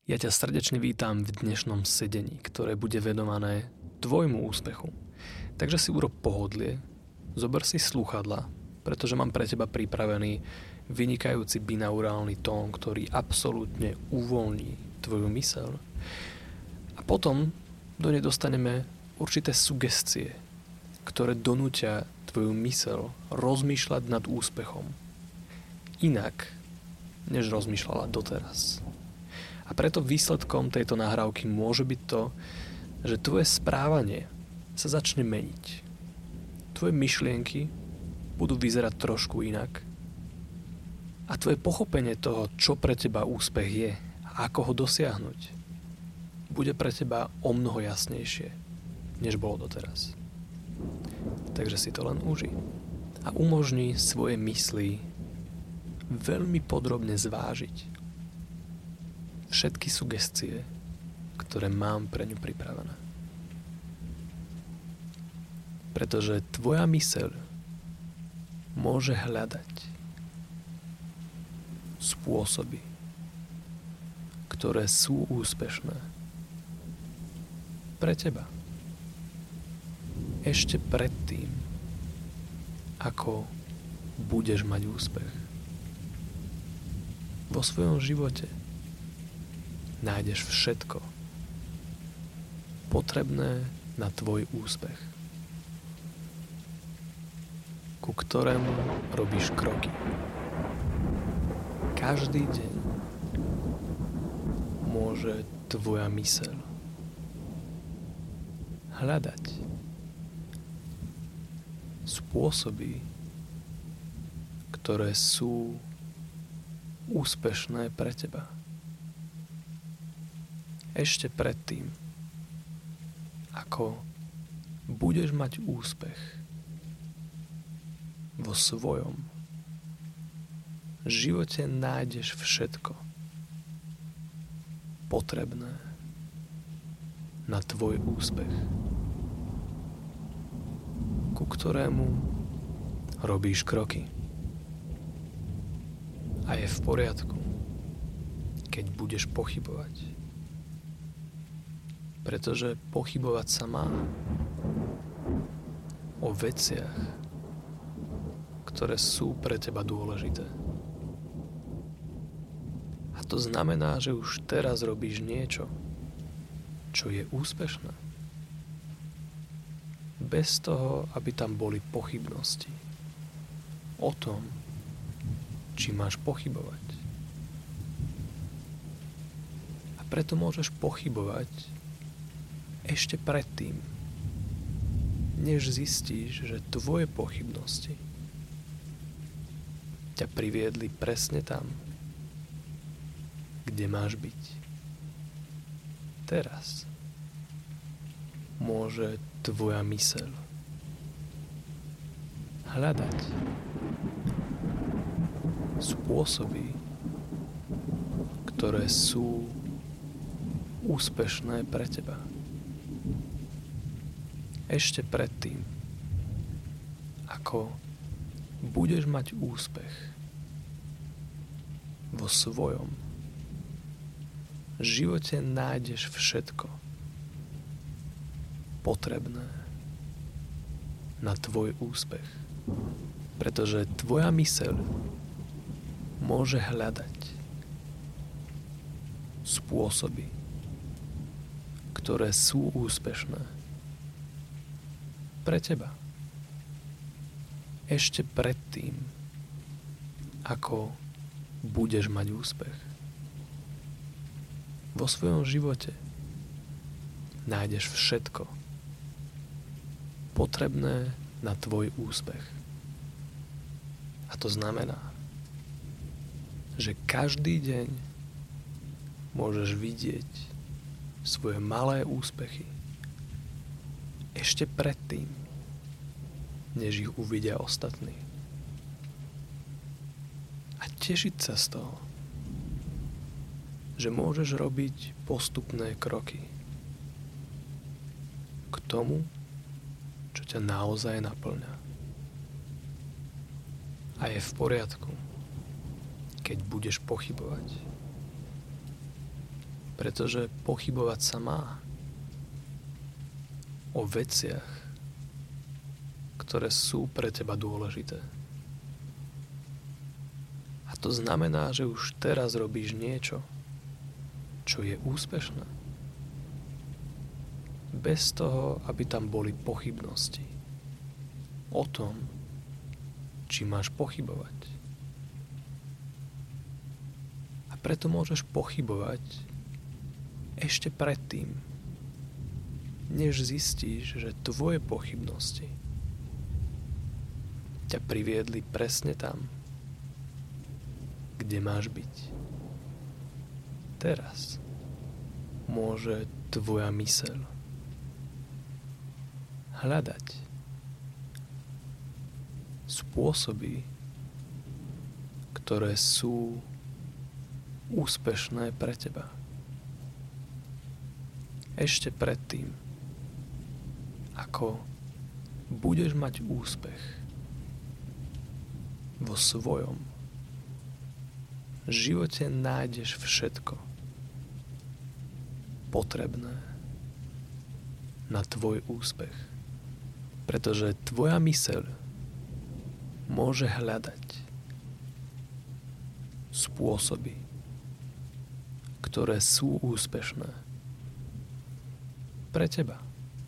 Ja ťa srdečne vítam v dnešnom sedení, ktoré bude venované tvojmu úspechu. Takže si urob pohodlie, zober si slúchadla, pretože mám pre teba pripravený vynikajúci binaurálny tón, ktorý absolútne uvoľní tvoju myseľ. A potom do nej dostaneme určité sugestie, ktoré donútia tvoju myseľ rozmýšľať nad úspechom. Inak, než rozmýšľala doteraz. A preto výsledkom tejto nahrávky môže byť to, že tvoje správanie sa začne meniť. Tvoje myšlienky budú vyzerať trošku inak. A tvoje pochopenie toho, čo pre teba úspech je a ako ho dosiahnuť, bude pre teba o mnoho jasnejšie, než bolo doteraz. Takže si to len uži. A umožni svoje mysli veľmi podrobne zvážiť všetky sugestie, ktoré mám pre ňu pripravené. Pretože tvoja myseľ môže hľadať spôsoby, ktoré sú úspešné pre teba. Ešte predtým, ako budeš mať úspech. Vo svojom živote nájdeš všetko potrebné na tvoj úspech, ku ktorému robíš kroky. Každý deň môže tvoja myseľ hľadať spôsoby, ktoré sú úspešné pre teba. Ešte predtým, ako budeš mať úspech vo svojom živote, nájdeš všetko potrebné na tvoj úspech, ku ktorému robíš kroky. A je v poriadku, keď budeš pochybovať. Pretože pochybovať sa má o veciach, ktoré sú pre teba dôležité. A to znamená, že už teraz robíš niečo, čo je úspešné. Bez toho, aby tam boli pochybnosti o tom, či máš pochybovať. A preto môžeš pochybovať ešte predtým, než zistíš, že tvoje pochybnosti ťa priviedli presne tam, kde máš byť. Teraz môže tvoja myseľ hľadať spôsoby, ktoré sú úspešné pre teba. Ešte predtým, ako budeš mať úspech vo svojom živote, nájdeš všetko potrebné na tvoj úspech. Pretože tvoja myseľ môže hľadať spôsoby, ktoré sú úspešné pre teba. Ešte predtým, ako budeš mať úspech. Vo svojom živote nájdeš všetko potrebné na tvoj úspech. A to znamená, že každý deň môžeš vidieť svoje malé úspechy ešte predtým, než ich uvidia ostatní. A tešiť sa z toho, že môžeš robiť postupné kroky k tomu, čo ťa naozaj naplňa. A je v poriadku, keď budeš pochybovať. Pretože pochybovať sa má o veciach, ktoré sú pre teba dôležité. A to znamená, že už teraz robíš niečo, čo je úspešné. Bez toho, aby tam boli pochybnosti o tom, či máš pochybovať. A preto môžeš pochybovať ešte predtým, než zistíš, že tvoje pochybnosti ťa priviedli presne tam, kde máš byť. Teraz môže tvoja myseľ hľadať spôsoby, ktoré sú úspešné pre teba. Ešte predtým, ako budeš mať úspech vo svojom živote, nájdeš všetko potrebné na tvoj úspech. Pretože tvoja myseľ môže hľadať spôsoby, ktoré sú úspešné pre teba.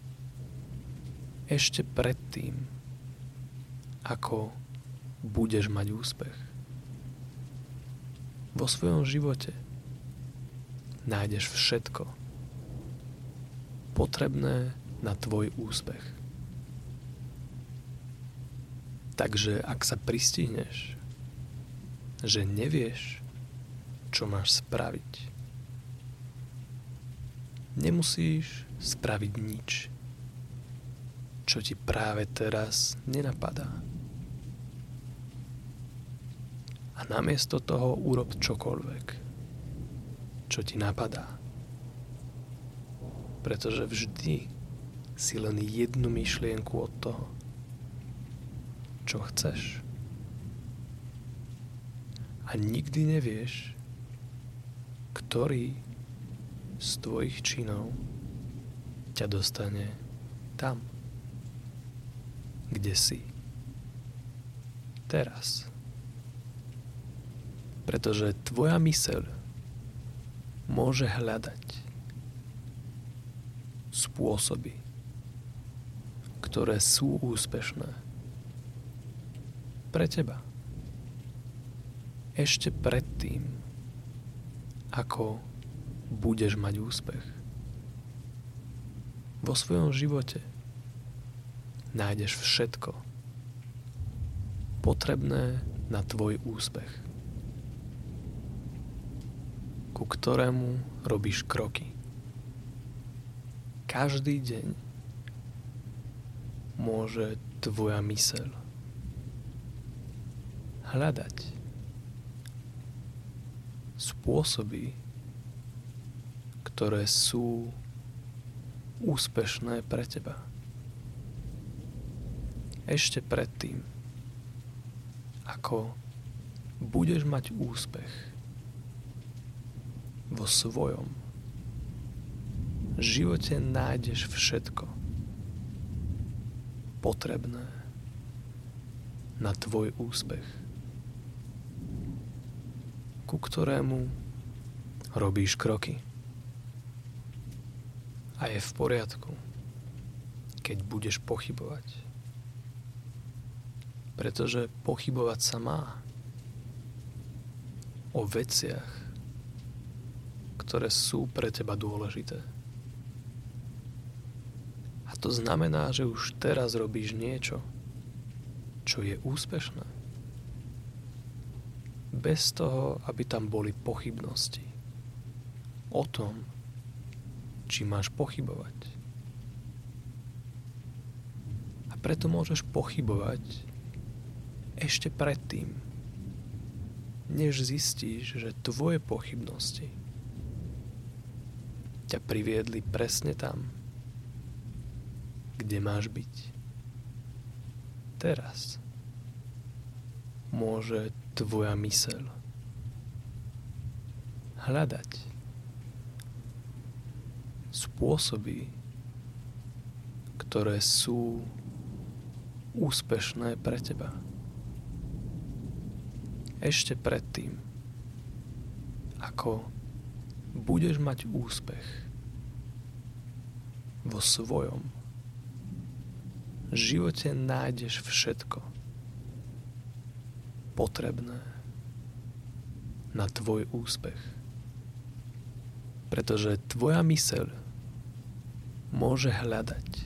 Ešte predtým, ako budeš mať úspech vo svojom živote, nájdeš všetko potrebné na tvoj úspech. Takže ak sa pristihneš, že nevieš, čo máš spraviť, nemusíš spraviť nič, čo ti práve teraz nenapadá. A namiesto toho urob čokoľvek, čo ti napadá. Pretože vždy si len jednu myšlienku od toho, čo chceš. A nikdy nevieš, ktorý z tvojich činov ťa dostane tam, kde si teraz. Pretože tvoja myseľ môže hľadať spôsoby, ktoré sú úspešné pre teba. Ešte predtým, ako budeš mať úspech vo svojom živote, nájdeš všetko potrebné na tvoj úspech, ku ktorému robíš kroky. Každý deň môže tvoja myseľ hľadať spôsoby, ktoré sú úspešné pre teba. Ešte predtým, ako budeš mať úspech vo svojom živote, nájdeš všetko potrebné na tvoj úspech, ku ktorému robíš kroky. A je v poriadku, keď budeš pochybovať. Pretože pochybovať sa má o veciach, ktoré sú pre teba dôležité. A to znamená, že už teraz robíš niečo, čo je úspešné. Bez toho, aby tam boli pochybnosti o tom, či máš pochybovať. A preto môžeš pochybovať ešte predtým, než zistíš, že tvoje pochybnosti ťa priviedli presne tam, kde máš byť. Teraz môže tvoja myseľ hľadať spôsoby, ktoré sú úspešné pre teba. Ešte predtým, ako budeš mať úspech vo svojom živote, nájdeš všetko potrebné na tvoj úspech. Pretože tvoja myseľ môže hľadať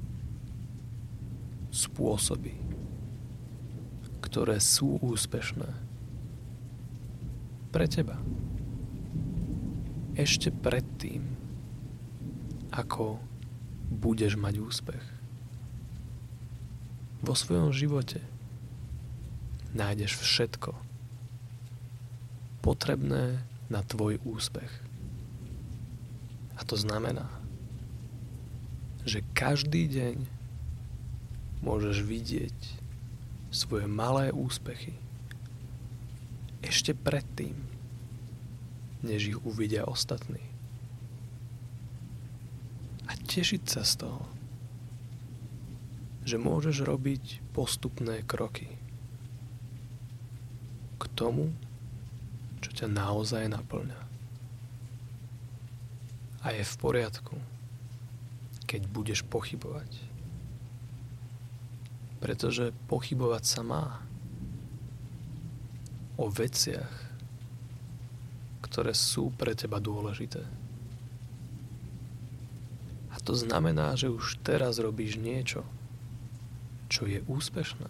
spôsoby, ktoré sú úspešné pre teba. Ešte predtým, ako budeš mať úspech vo svojom živote, nájdeš všetko potrebné na tvoj úspech. A to znamená, že každý deň môžeš vidieť svoje malé úspechy ešte predtým, než ich uvidia ostatní. A tešiť sa z toho, že môžeš robiť postupné kroky k tomu, čo ťa naozaj naplňa. A je v poriadku, keď budeš pochybovať. Pretože pochybovať sa má o veciach, ktoré sú pre teba dôležité. A to znamená, že už teraz robíš niečo, čo je úspešné.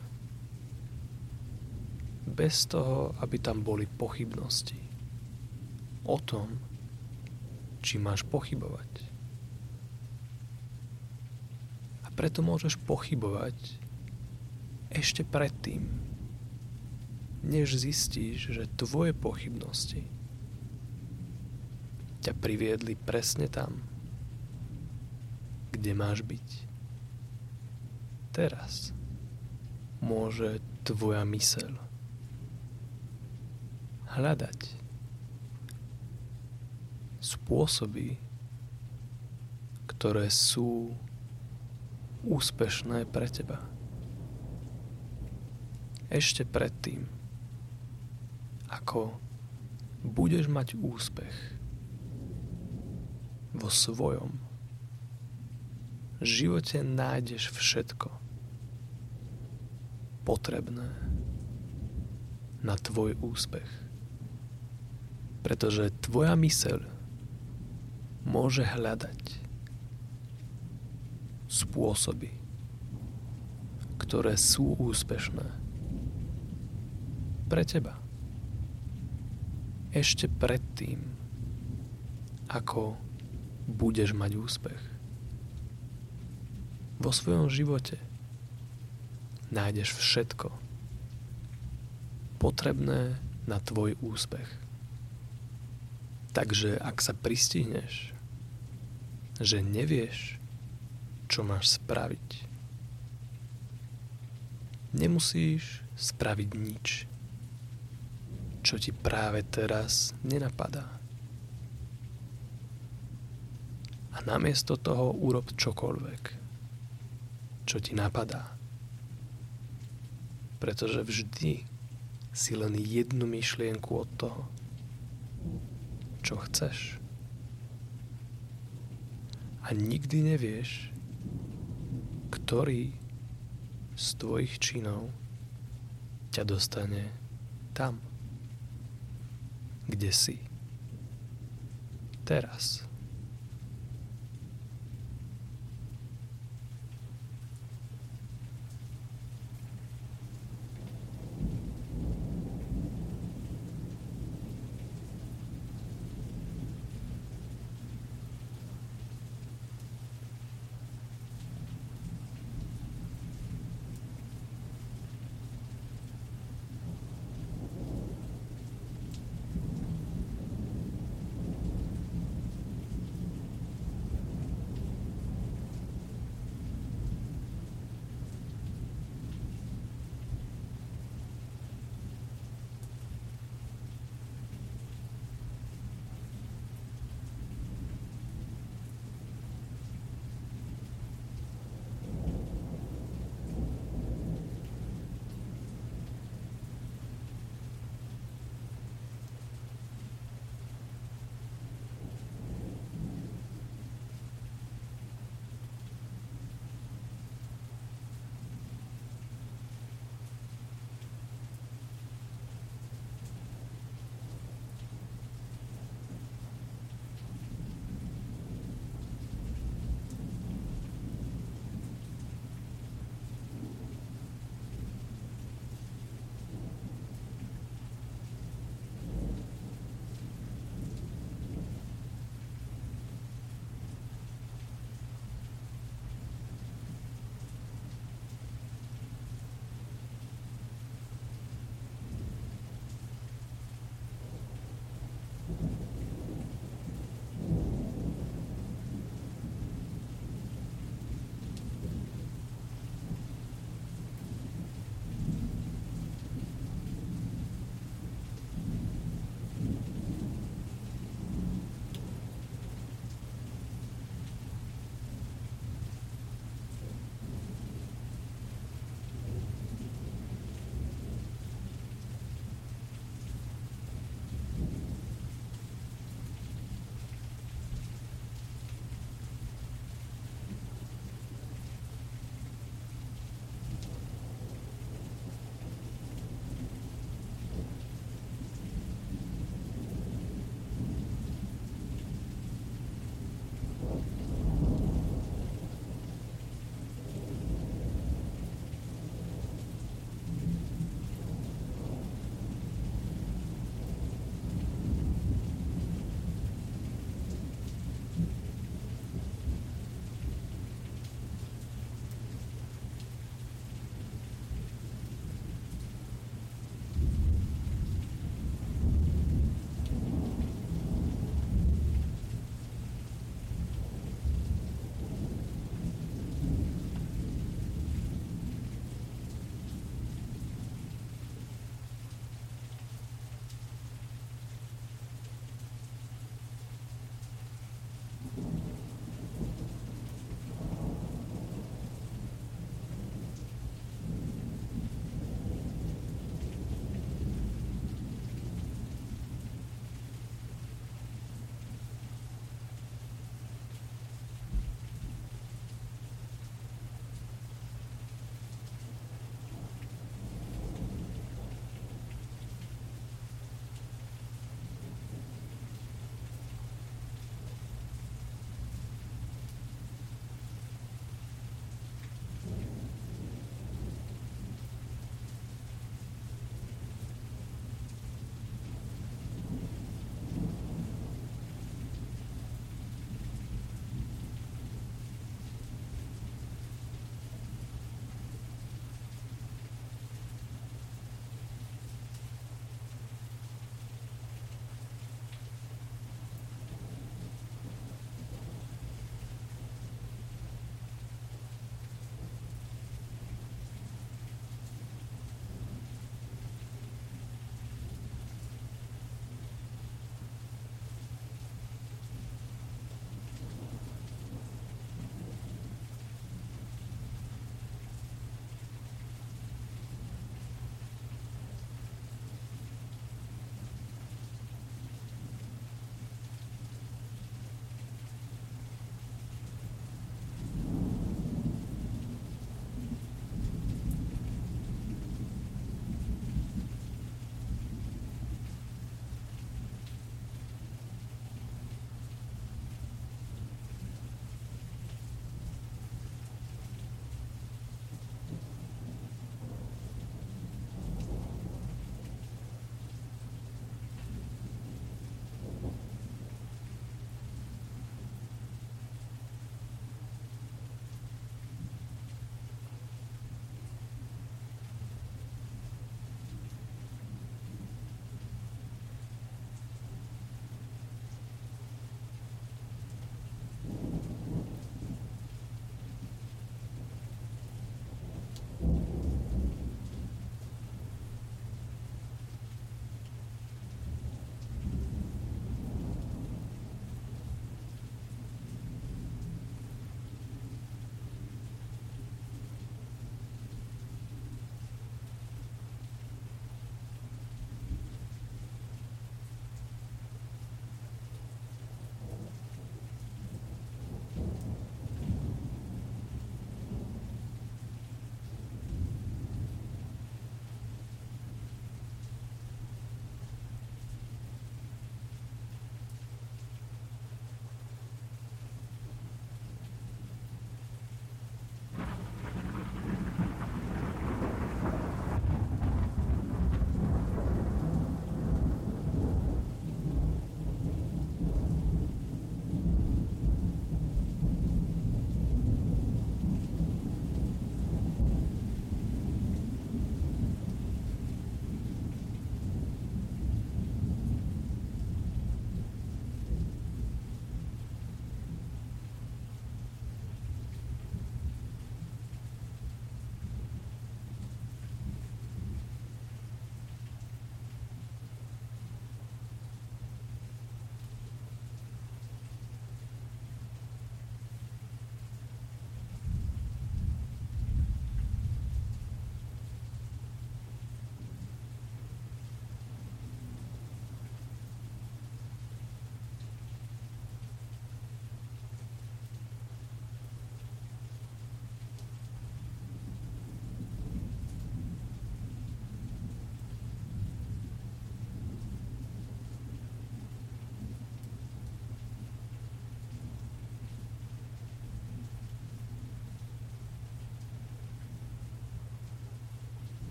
Bez toho, aby tam boli pochybnosti o tom, či máš pochybovať. A preto môžeš pochybovať ešte predtým, než zistíš, že tvoje pochybnosti ťa priviedli presne tam, kde máš byť. Teraz môže tvoja myseľ hľadať spôsoby, ktoré sú úspešné pre teba. Ešte predtým, ako budeš mať úspech vo svojom živote, nájdeš všetko potrebné na tvoj úspech. Pretože tvoja myseľ môže hľadať spôsoby, ktoré sú úspešné pre teba. Ešte predtým, ako budeš mať úspech vo svojom živote, nájdeš všetko potrebné na tvoj úspech. Takže ak sa pristihneš, že nevieš, čo máš spraviť, nemusíš spraviť nič, čo ti práve teraz nenapadá. A namiesto toho urob čokoľvek, čo ti napadá. Pretože vždy si len jednu myšlienku od toho, čo chceš. A nikdy nevieš, ktorý z tvojich činov ťa dostane tam, kde si teraz.